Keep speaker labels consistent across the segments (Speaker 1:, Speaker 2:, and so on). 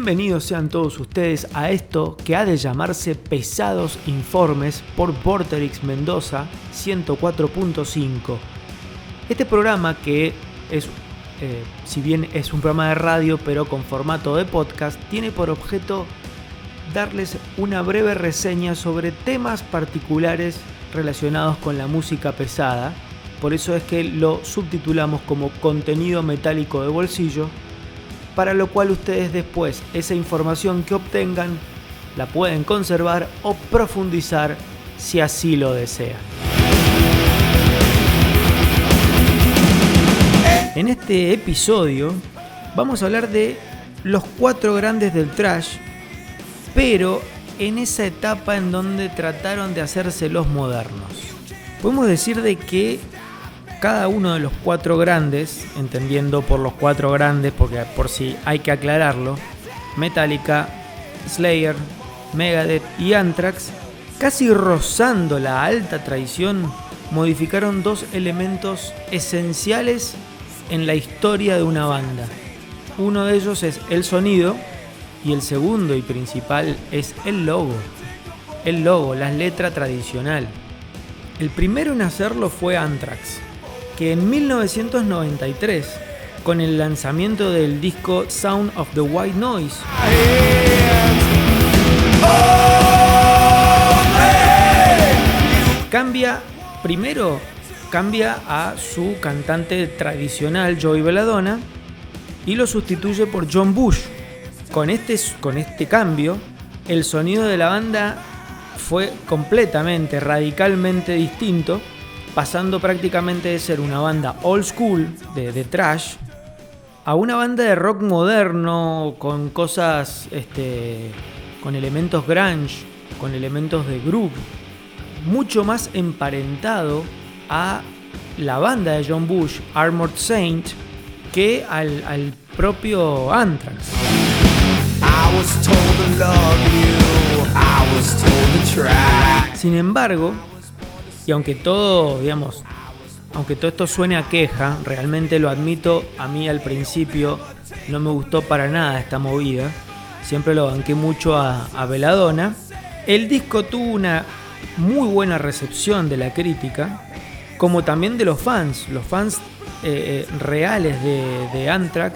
Speaker 1: Bienvenidos sean todos ustedes a esto que ha de llamarse Pesados Informes por Vorterix Mendoza 104.5. Este programa que es, si bien es un programa de radio pero con formato de podcast, tiene por objeto darles una breve reseña sobre temas particulares relacionados con la música pesada. Por eso es que lo subtitulamos como contenido metálico de bolsillo, para lo cual ustedes después esa información que obtengan la pueden conservar o profundizar si así lo desean. En este episodio vamos a hablar de los 4 grandes del thrash, pero en esa etapa en donde trataron de hacerse los modernos. Podemos decir de que cada uno de los 4 grandes, entendiendo por los 4 grandes, porque por si hay que aclararlo, Metallica, Slayer, Megadeth y Anthrax, casi rozando la alta tradición, modificaron 2 elementos esenciales en la historia de una banda. Uno de ellos es el sonido y el segundo y principal es el logo. El logo, la letra tradicional. El primero en hacerlo fue Anthrax, que en 1993, con el lanzamiento del disco Sound of the White Noise, cambia a su cantante tradicional Joey Belladonna y lo sustituye por John Bush. Con este cambio, el sonido de la banda fue completamente, radicalmente distinto, pasando prácticamente de ser una banda old school de thrash a una banda de rock moderno con cosas, con elementos grunge, con elementos de groove, mucho más emparentado a la banda de John Bush, Armored Saint, que al propio Anthrax. Sin embargo, y aunque todo esto suene a queja, realmente lo admito, a mí al principio no me gustó para nada esta movida, siempre lo banqué mucho a Belladonna. El disco tuvo una muy buena recepción de la crítica, como también de los fans reales de Anthrax.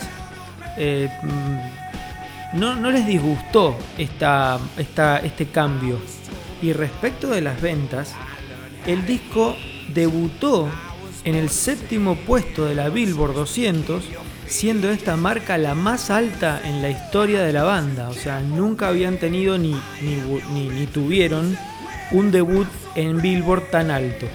Speaker 1: No les disgustó este cambio. Y respecto de las ventas, el disco debutó en el 7º puesto de la Billboard 200, siendo esta marca la más alta en la historia de la banda. O sea, nunca habían tenido ni tuvieron un debut en Billboard tan alto.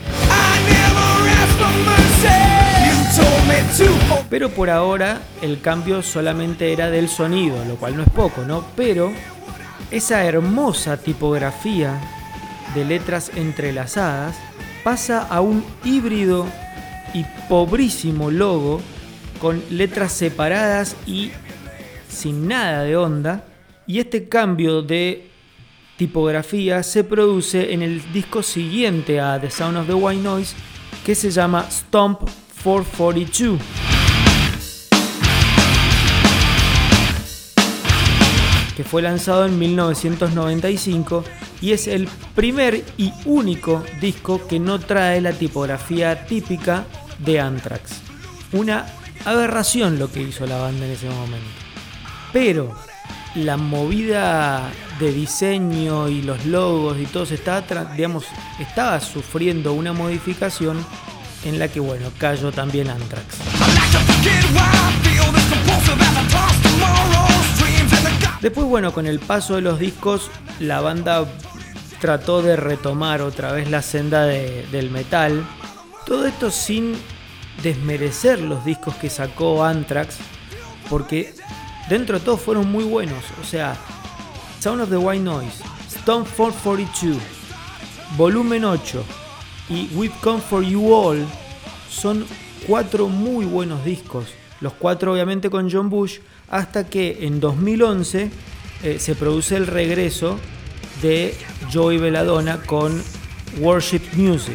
Speaker 1: Pero por ahora el cambio solamente era del sonido, lo cual no es poco, ¿no? Pero esa hermosa tipografía de letras entrelazadas pasa a un híbrido y pobrísimo logo con letras separadas y sin nada de onda, y este cambio de tipografía se produce en el disco siguiente a The Sound of the White Noise, que se llama Stomp 442, que fue lanzado en 1995 y es el primer y único disco que no trae la tipografía típica de Anthrax. Una aberración lo que hizo la banda en ese momento. Pero la movida de diseño y los logos y todo estaba sufriendo una modificación en la que, cayó también Anthrax. Después, con el paso de los discos, la banda trató de retomar otra vez la senda del metal. Todo esto sin desmerecer los discos que sacó Anthrax, porque dentro de todo fueron muy buenos. O sea, Sound of the White Noise, Stomp 442, Volumen 8 y We've Come For You All son 4 muy buenos discos. Los 4 obviamente con John Bush, hasta que en 2011 se produce el regreso de Joey Belladonna con Worship Music.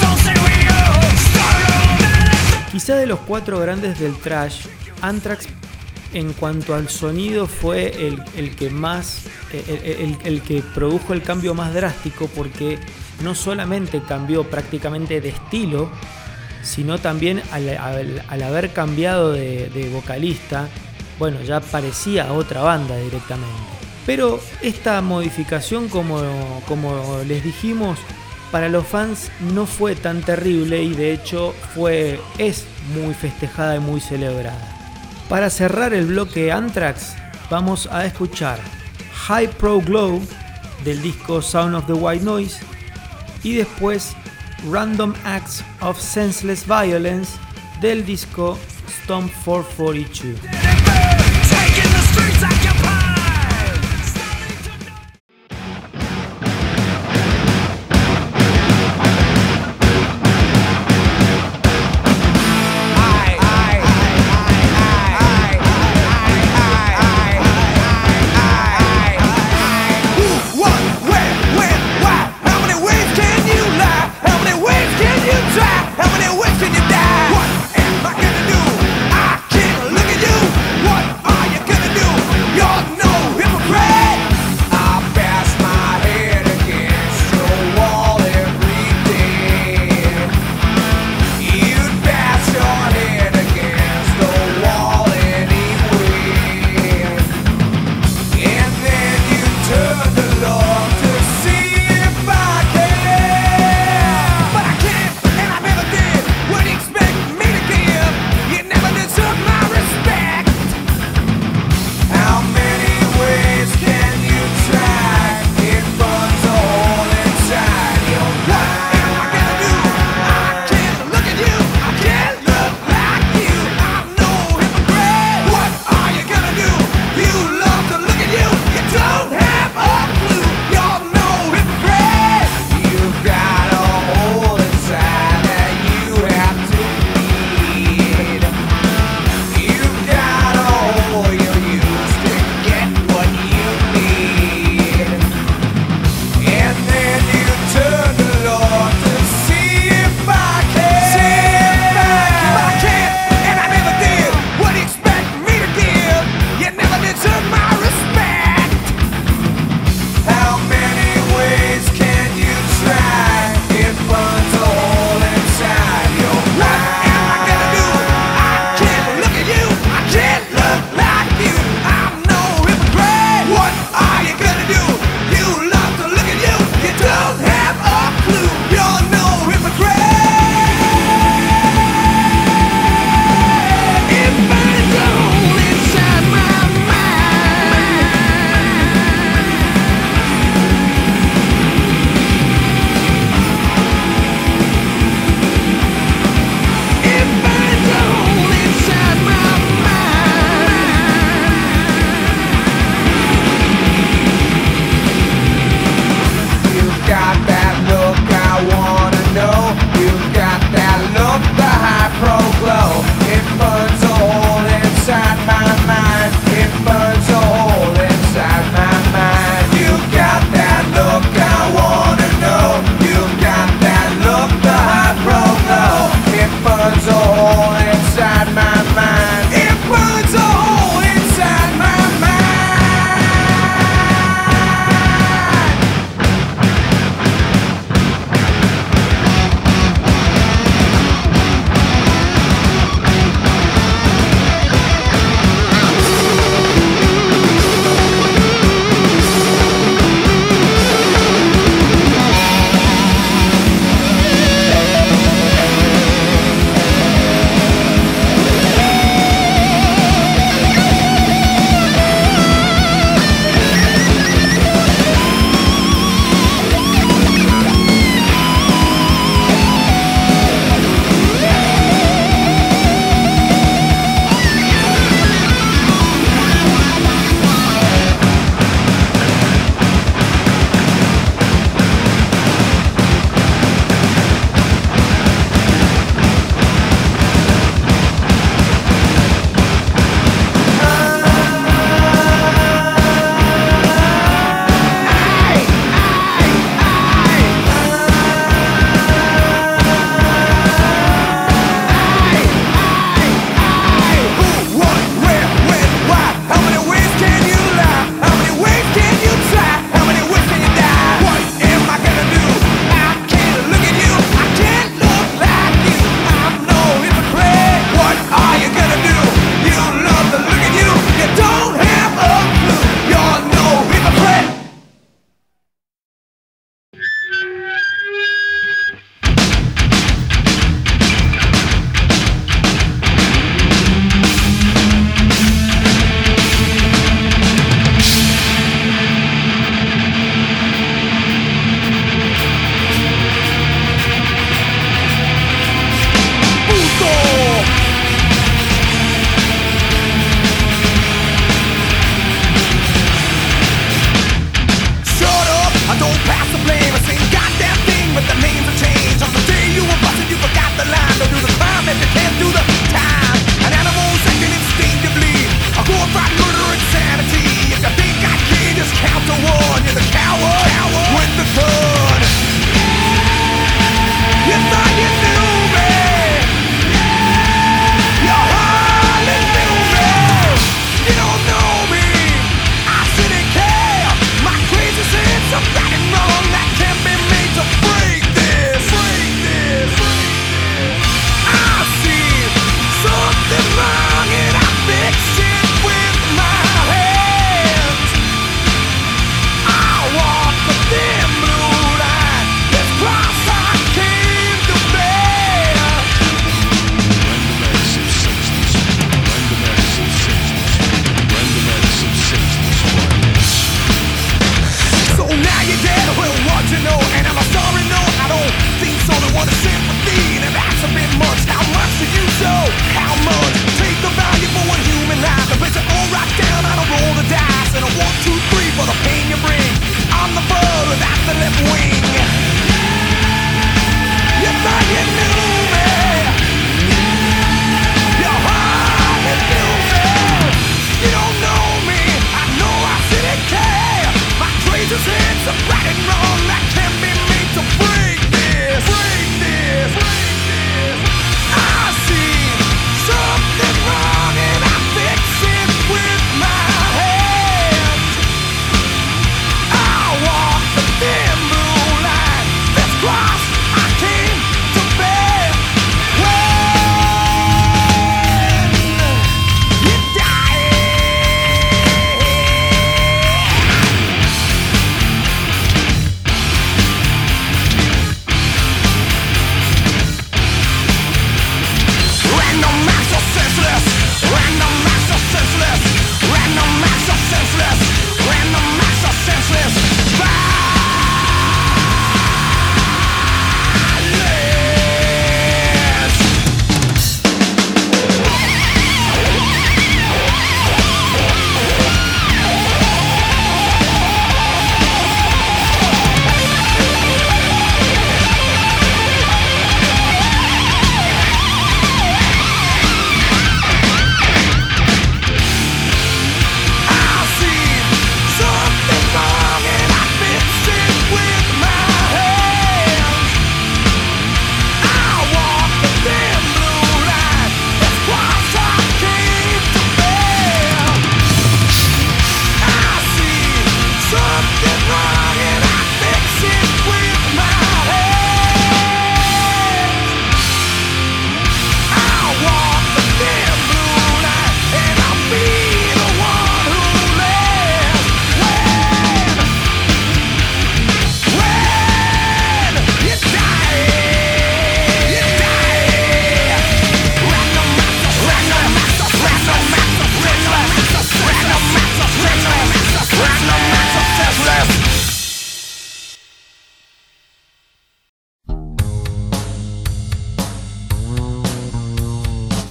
Speaker 1: Quizá de los 4 grandes del thrash, Anthrax en cuanto al sonido fue el que más, el que produjo el cambio más drástico, porque no solamente cambió prácticamente de estilo, sino también al haber cambiado de vocalista, bueno, ya parecía otra banda directamente. Pero esta modificación, como les dijimos, para los fans no fue tan terrible y de hecho es muy festejada y muy celebrada. Para cerrar el bloque Anthrax, vamos a escuchar High Pro Glow del disco Sound of the White Noise y después Random Acts of Senseless Violence del disco Stomp 442.
Speaker 2: How many ways can you die? What am I gonna do? I can't look at you.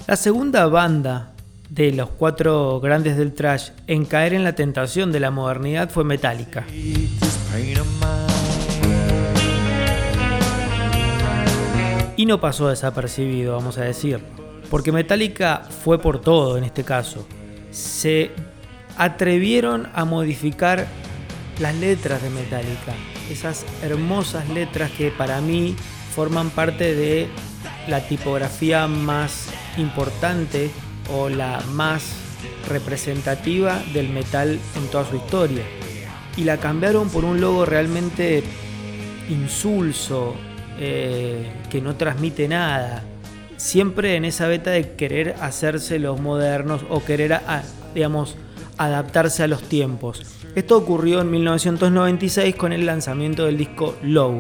Speaker 1: La segunda banda de los 4 grandes del thrash en caer en la tentación de la modernidad fue Metallica. Y no pasó desapercibido, vamos a decir, porque Metallica fue por todo en este caso. Se atrevieron a modificar las letras de Metallica, esas hermosas letras que para mí forman parte de la tipografía más importante o la más representativa del metal en toda su historia, y la cambiaron por un logo realmente insulso, que no transmite nada, siempre en esa beta de querer hacerse los modernos o querer adaptarse a los tiempos. Esto ocurrió en 1996 con el lanzamiento del disco Load.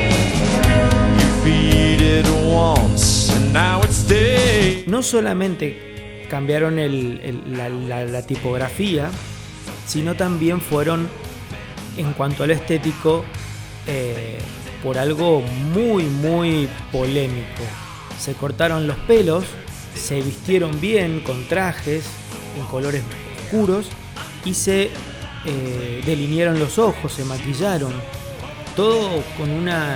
Speaker 1: No solamente cambiaron la tipografía, sino también fueron, en cuanto a lo estético, por algo muy muy polémico. Se cortaron los pelos, se vistieron bien con trajes en colores oscuros y se delinearon los ojos, se maquillaron, todo con una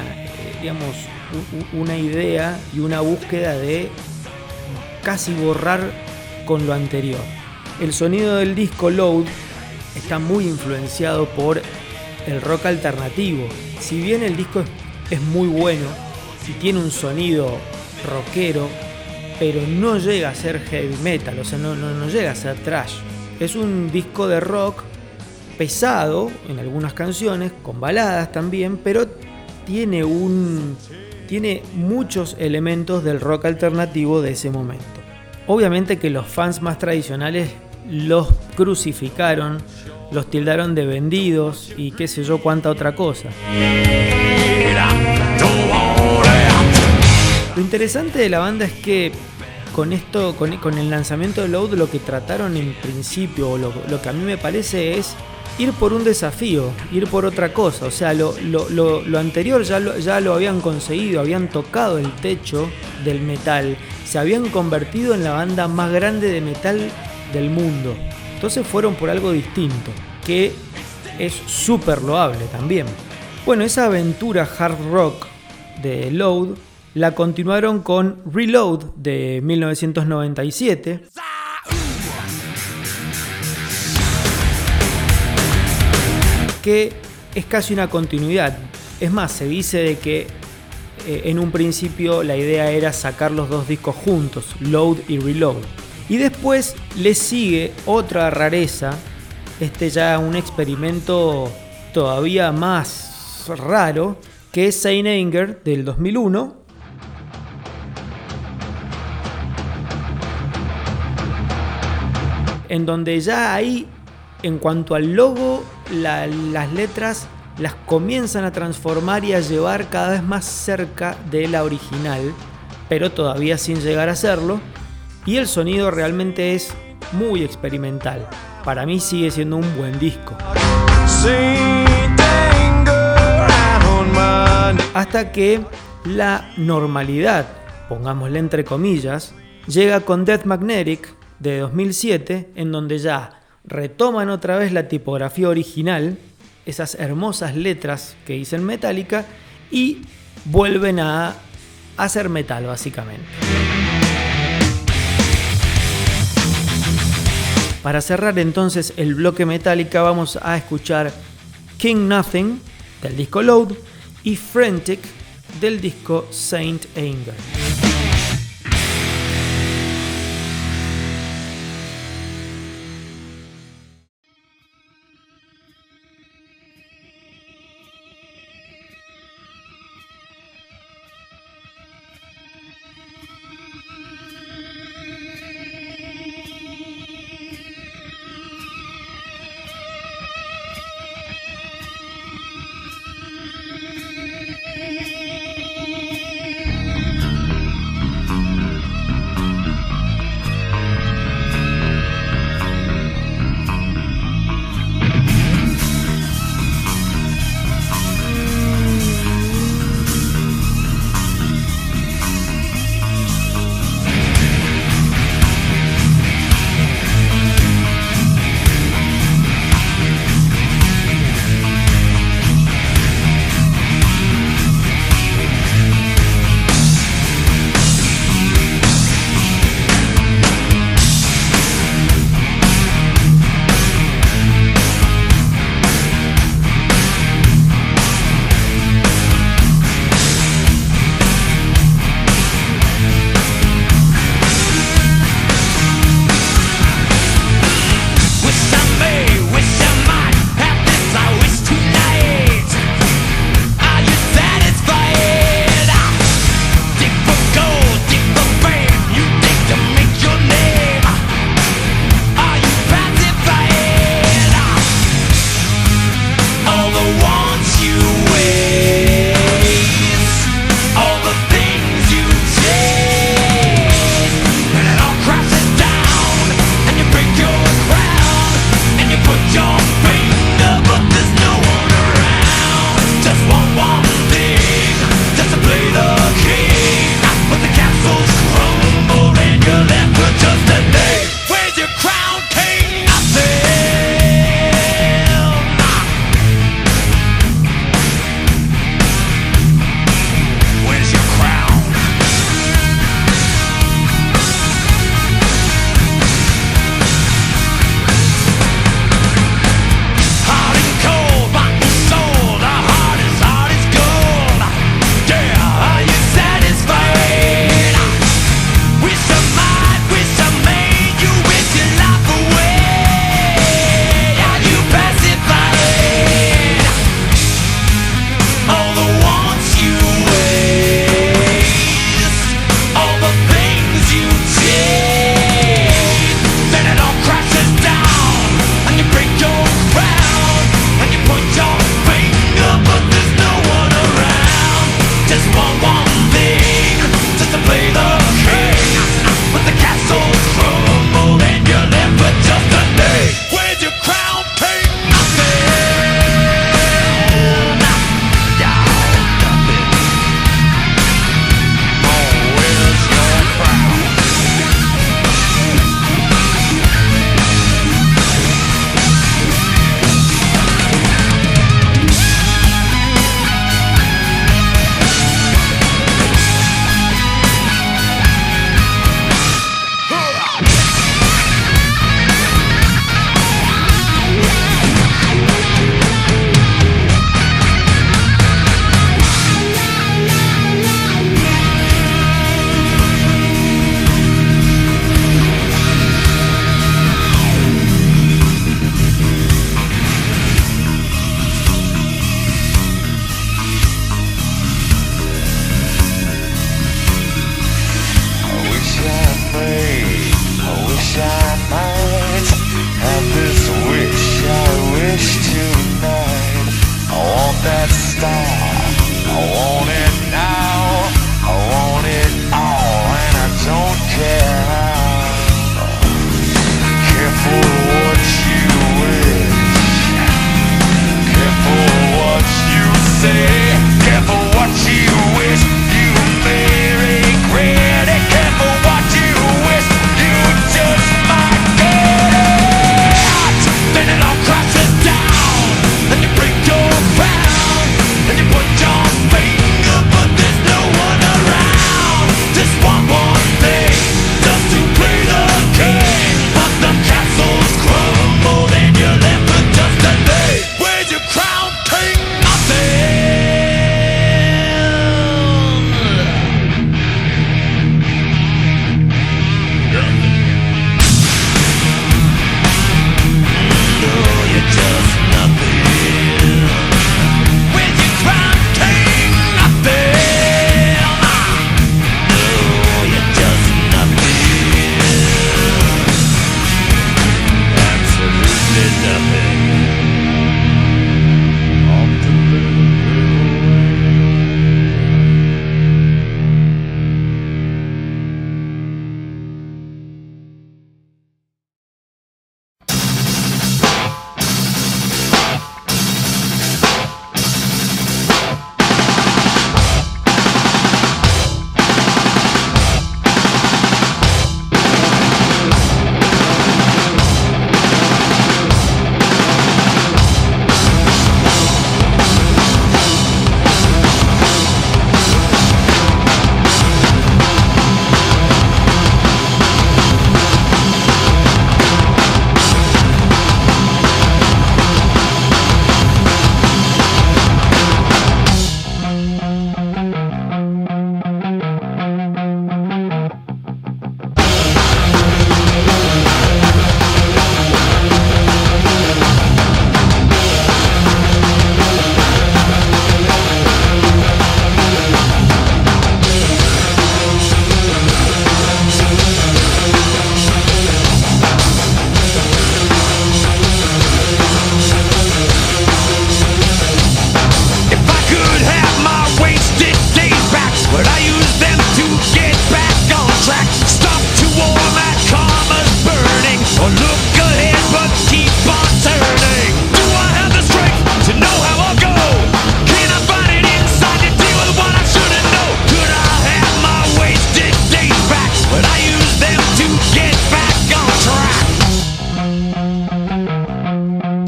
Speaker 1: idea y una búsqueda de casi borrar con lo anterior. El sonido del disco Load está muy influenciado por el rock alternativo. Si bien el disco es muy bueno y tiene un sonido rockero, pero no llega a ser heavy metal, o sea, no llega a ser thrash. Es un disco de rock pesado en algunas canciones, con baladas también, pero tiene muchos elementos del rock alternativo de ese momento. Obviamente que los fans más tradicionales los crucificaron, los tildaron de vendidos y qué sé yo cuánta otra cosa. Lo interesante de la banda es que con el lanzamiento de Load, lo que trataron en principio, o lo que a mí me parece, es ir por un desafío, ir por otra cosa. O sea, lo anterior ya lo habían conseguido, habían tocado el techo del metal, se habían convertido en la banda más grande de metal del mundo. Entonces fueron por algo distinto, que es súper loable también. Bueno, esa aventura hard rock de Load la continuaron con Reload de 1997. Que es casi una continuidad. Es más, se dice de que en un principio la idea era sacar los dos discos juntos, Load y Reload. Y después le sigue otra rareza, ya un experimento todavía más raro, que es Saint Anger del 2001. En donde ya ahí, en cuanto al logo, las letras las comienzan a transformar y a llevar cada vez más cerca de la original, pero todavía sin llegar a serlo. Y el sonido realmente es muy experimental. Para mí sigue siendo un buen disco. Hasta que la normalidad, pongámosle entre comillas, llega con Death Magnetic de 2007, en donde ya retoman otra vez la tipografía original, esas hermosas letras que dicen Metallica, y vuelven a hacer metal básicamente. Para cerrar entonces el bloque Metallica, vamos a escuchar King Nothing del disco Load y Frantic del disco Saint Anger.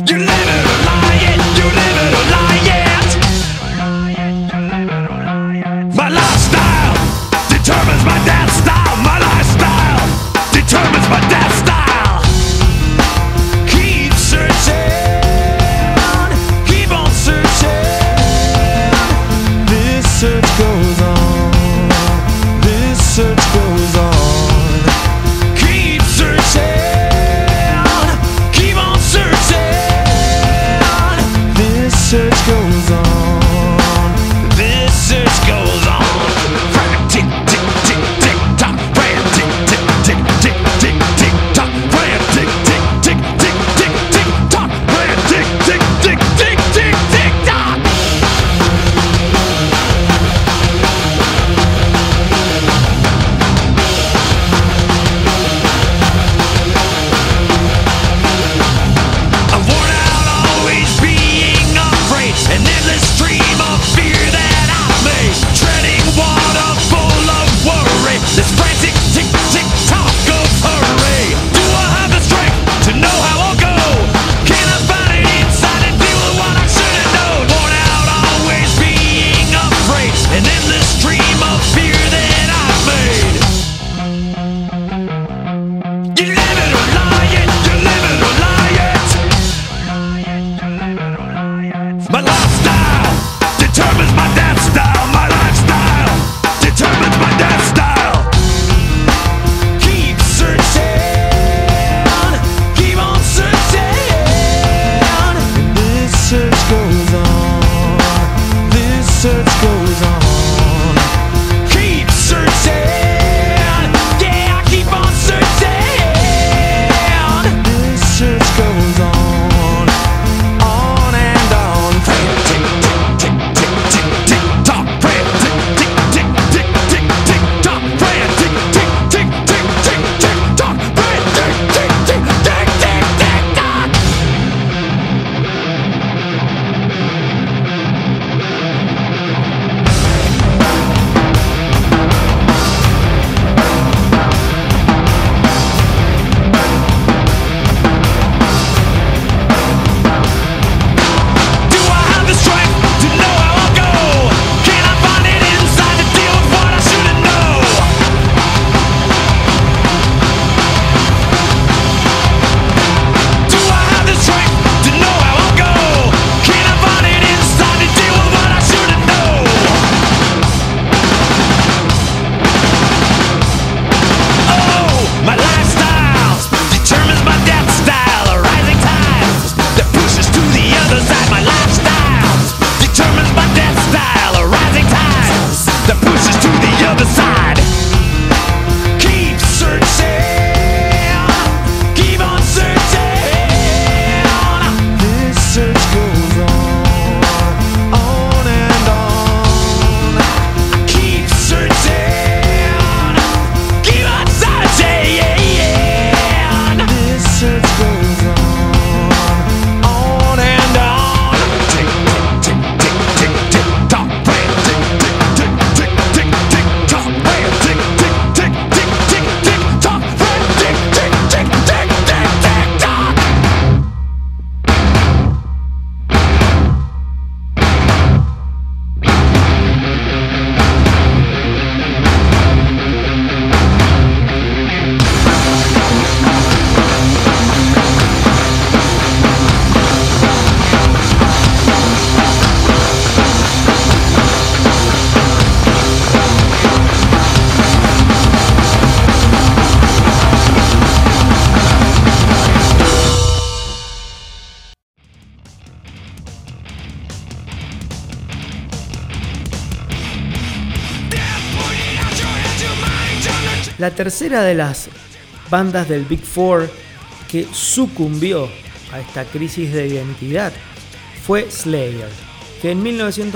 Speaker 1: La tercera de las bandas del Big Four que sucumbió a esta crisis de identidad fue Slayer, que en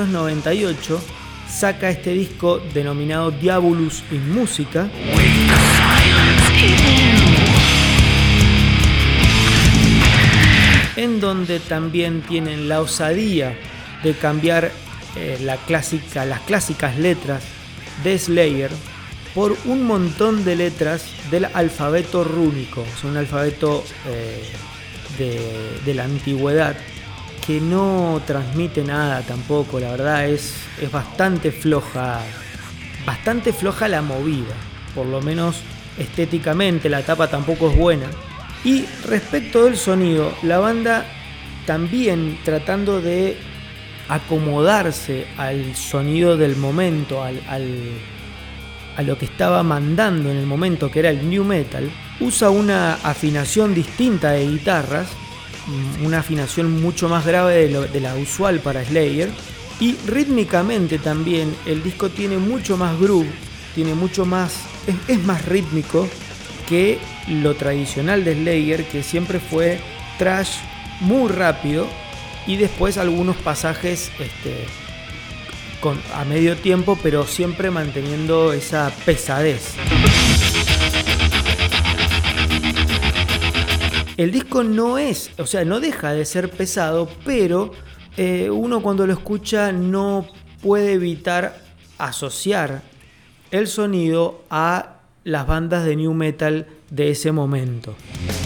Speaker 1: 1998 saca este disco denominado Diabolus in Musica, en donde también tienen la osadía de cambiar las clásicas letras de Slayer por un montón de letras del alfabeto rúnico, es un alfabeto de la antigüedad, que no transmite nada tampoco. La verdad es bastante floja la movida, por lo menos estéticamente la tapa tampoco es buena. Y respecto del sonido, la banda también, tratando de acomodarse al sonido del momento, a lo que estaba mandando en el momento, que era el new metal, usa una afinación distinta de guitarras, una afinación mucho más grave de la usual para Slayer, y rítmicamente también el disco tiene mucho más groove, es más rítmico que lo tradicional de Slayer, que siempre fue thrash muy rápido y después algunos pasajes a medio tiempo, pero siempre manteniendo esa pesadez. El disco no deja de ser pesado, pero uno cuando lo escucha no puede evitar asociar el sonido a las bandas de new metal de ese momento.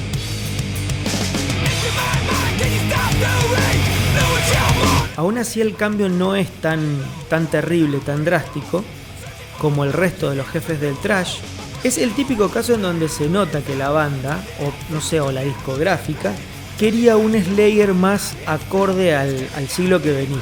Speaker 1: Aún así, el cambio no es tan terrible, tan drástico como el resto de los jefes del thrash. Es el típico caso en donde se nota que la banda, o la discográfica, quería un Slayer más acorde al siglo que venía.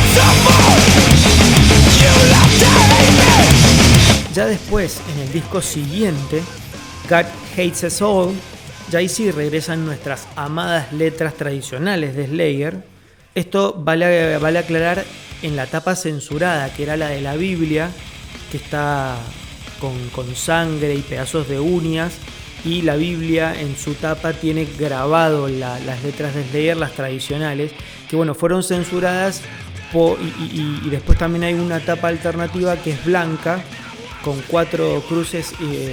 Speaker 1: Ya después, en el disco siguiente, God Hates Us All, ya ahí sí regresan nuestras amadas letras tradicionales de Slayer. Esto vale aclarar en la tapa censurada, que era la de la Biblia, que está con sangre y pedazos de uñas, y la Biblia en su tapa tiene grabado las letras de Slayer, las tradicionales, que fueron censuradas, y después también hay una tapa alternativa que es blanca, con 4 cruces,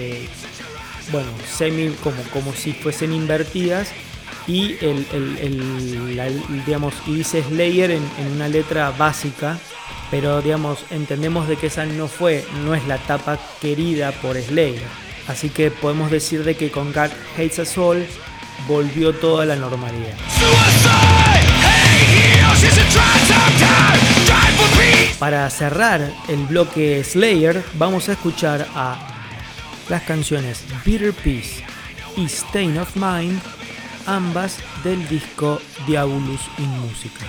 Speaker 1: como si fuesen invertidas, y y dice Slayer en una letra básica, pero entendemos de que esa no es la tapa querida por Slayer, así que podemos decir de que con God Hates Us All volvió toda la normalidad. Para cerrar el bloque Slayer, vamos a escuchar a las canciones Bitter Peace y Stain of Mind, ambas del disco Diabolus in Musica.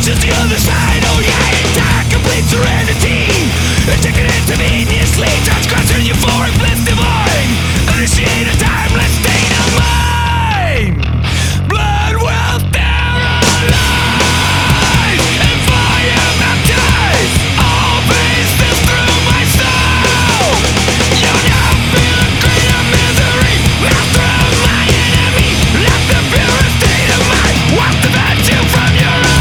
Speaker 2: just the other side. Oh yeah, entire complete serenity. Taking inconveniently, transgressing euphoric bliss divine. Initiate a timeless state of mind. Blood will sterilize and fire baptize all faces through my soul. You'll now feel a greater misery. Master of my enemy, left the purest state of mind. Wipe the virtue from your eyes.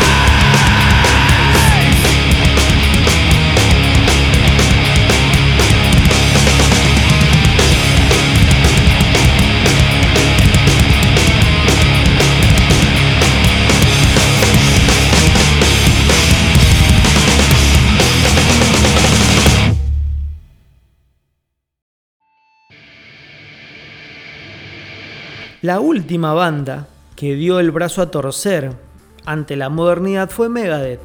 Speaker 1: La última banda que dio el brazo a torcer ante la modernidad fue Megadeth.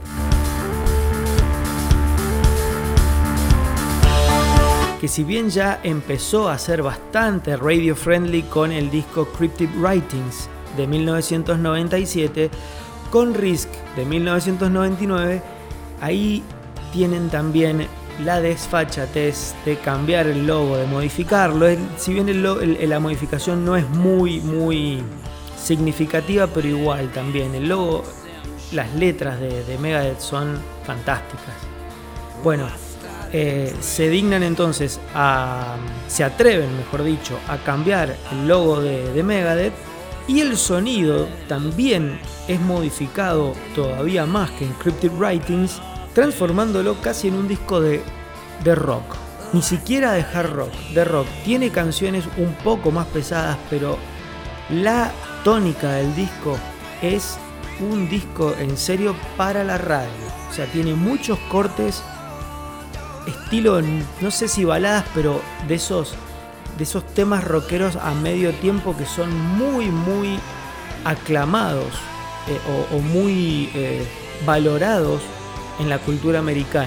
Speaker 1: Que si bien ya empezó a ser bastante radio friendly con el disco Cryptic Writings de 1997, con Risk de 1999, ahí tienen también la desfachatez de cambiar el logo, de modificarlo. Si bien la modificación no es muy significativa, pero igual también el logo, las letras de Megadeth son fantásticas. Bueno, se dignan entonces se atreven, mejor dicho, a cambiar el logo de Megadeth, y el sonido también es modificado todavía más que en Cryptic Writings, transformándolo casi en un disco de rock. Ni siquiera de hard rock, de rock. Tiene canciones un poco más pesadas, pero la tónica del disco es un disco en serio para la radio. O sea, tiene muchos cortes, estilo, no sé si baladas, pero de esos temas rockeros a medio tiempo que son muy aclamados o muy valorados en la cultura americana.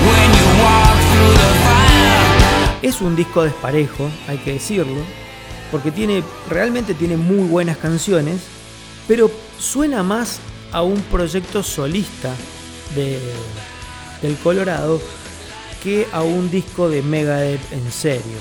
Speaker 1: Es un disco desparejo, hay que decirlo, porque realmente tiene muy buenas canciones, pero suena más a un proyecto solista del Colorado que a un disco de Megadeth en serio.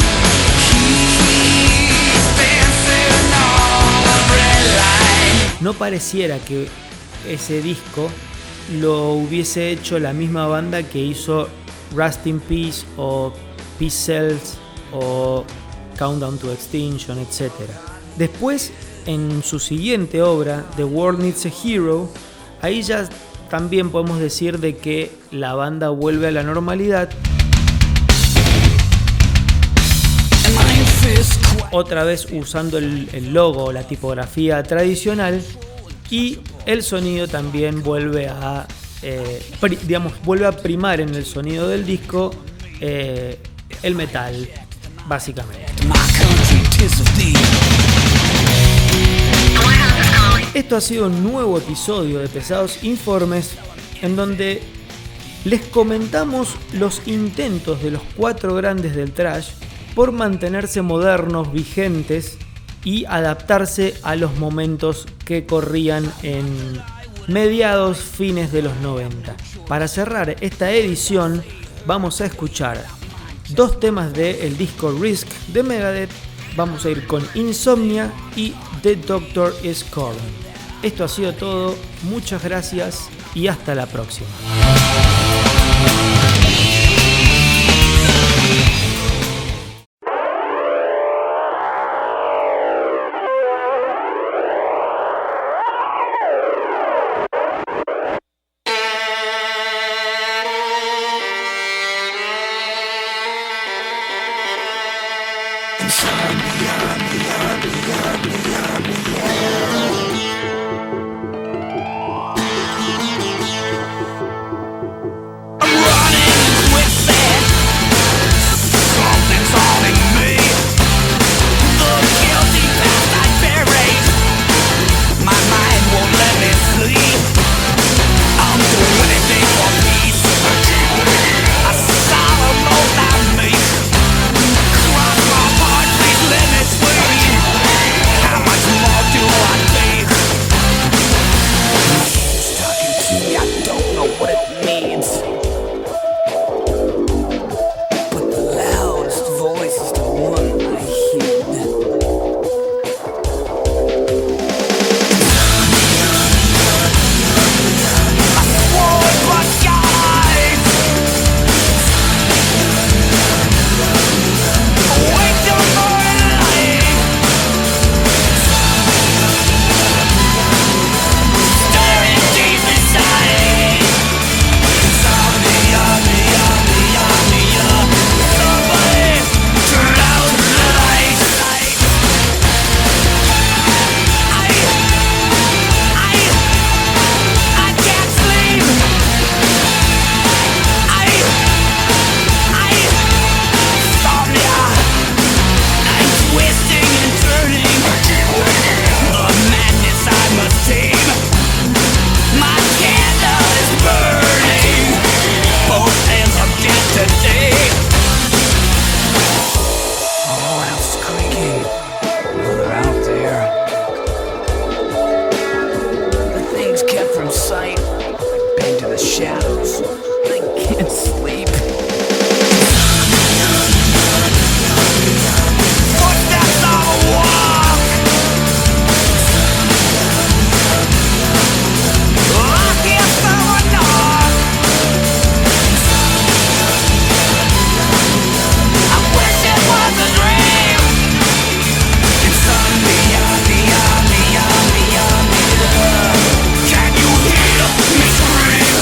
Speaker 1: No pareciera que ese disco lo hubiese hecho la misma banda que hizo Rust in Peace o Peace Cells o Countdown to Extinction, etc. Después, en su siguiente obra, The World Needs a Hero, ahí ya también podemos decir de que la banda vuelve a la normalidad. Otra vez usando el logo, la tipografía tradicional, y el sonido también vuelve a primar en el sonido del disco el metal, básicamente. Esto ha sido un nuevo episodio de Pesados Informes, en donde les comentamos los intentos de los 4 grandes del thrash por mantenerse modernos, vigentes y adaptarse a los momentos que corrían en mediados, fines de los 90. Para cerrar esta edición vamos a escuchar 2 temas del disco Risk de Megadeth. Vamos a ir con Insomnia y The Doctor is Calling. Esto ha sido todo, muchas gracias y hasta la próxima.
Speaker 2: I'm from sight. Bang to the shadows. I can't sleep. Footsteps on a walk. I hear someone knock. I wish it was a dream. Insomnia, can you hear me scream?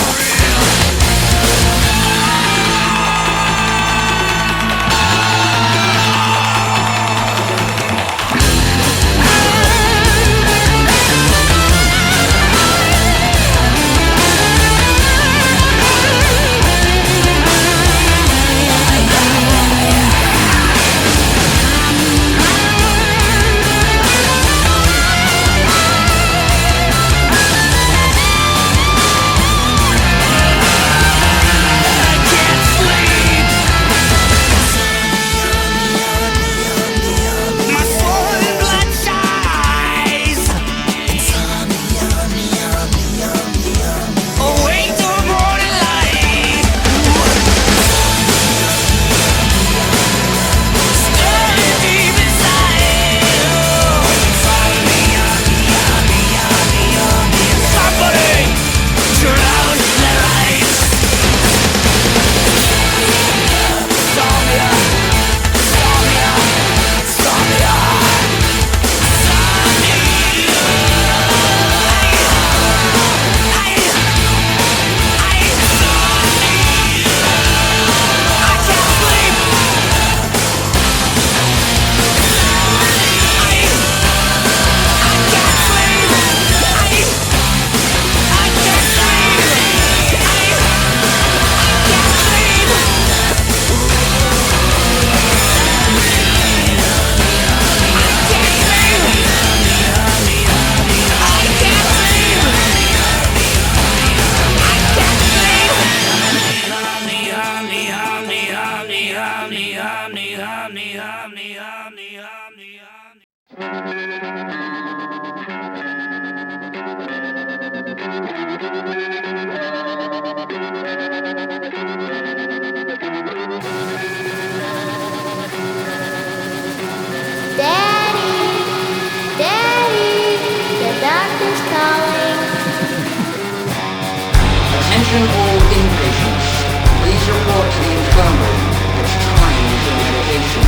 Speaker 3: Attention all inpatients. Please report to the infirmary. It's time for medication.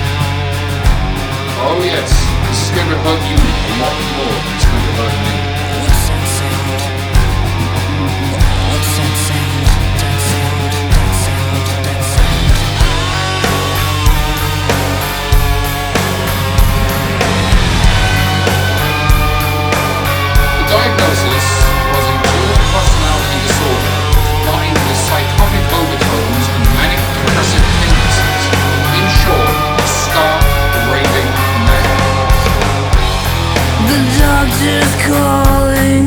Speaker 4: Oh yes, this is going to hurt you a lot more than it's going to hurt me.
Speaker 2: What's that sound? What's that sound? That sound, that sound, that sound.
Speaker 4: The diagnosis was a dual personality disorder combined with psychotic overtones and manic depressive tendencies. In short, a stark, raving man.
Speaker 2: The doctor's calling.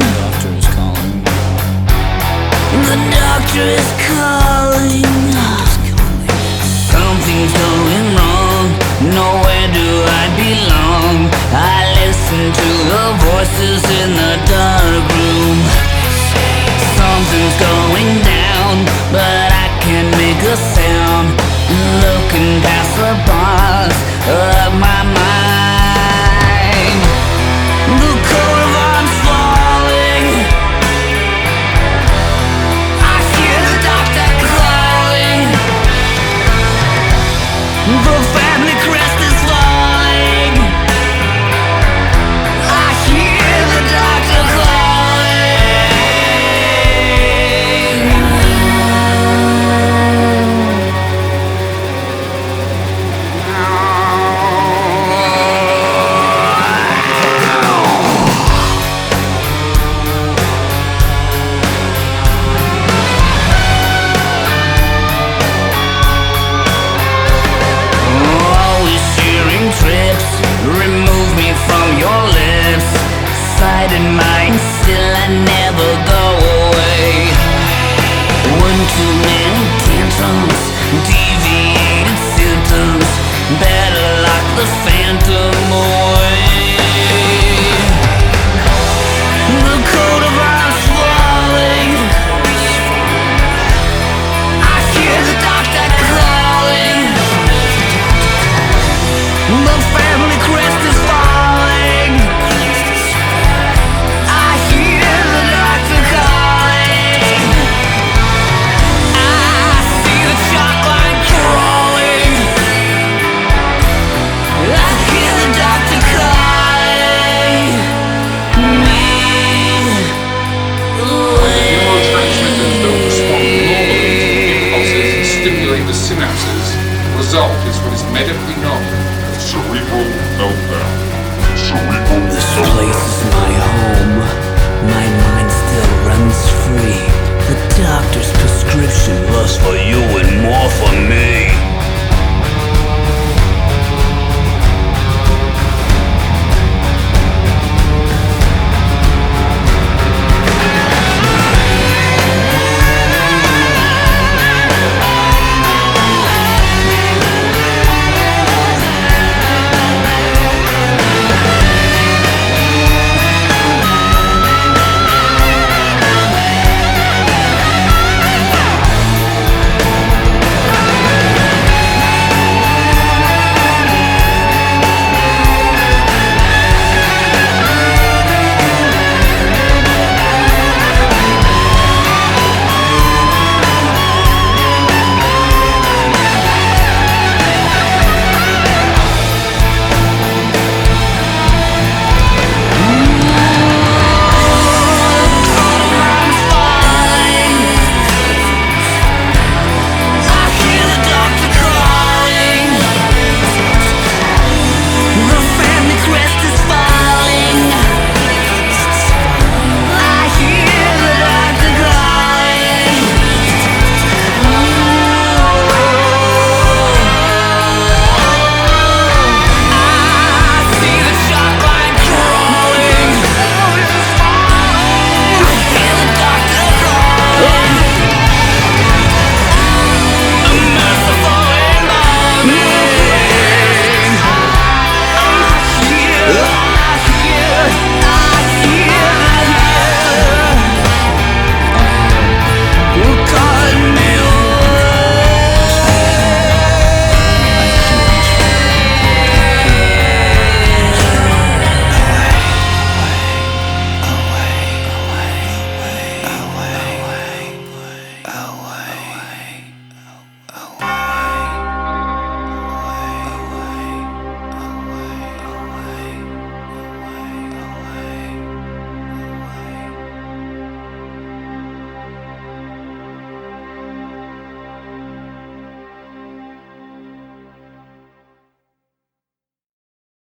Speaker 2: The doctor is calling. Something's going wrong. Nowhere do I belong. I listen to the voices in the dark room. Something's going down, but I can't make a sound. Looking past the bars of my mind. The caravan's falling. I hear the doctor calling. The family crest is falling. I hear the doctor calling. Always sharing trips, remove me from your lips. Sight in mind, still I never go away. One too many tantrums, deviated symptoms. Better lock the phantom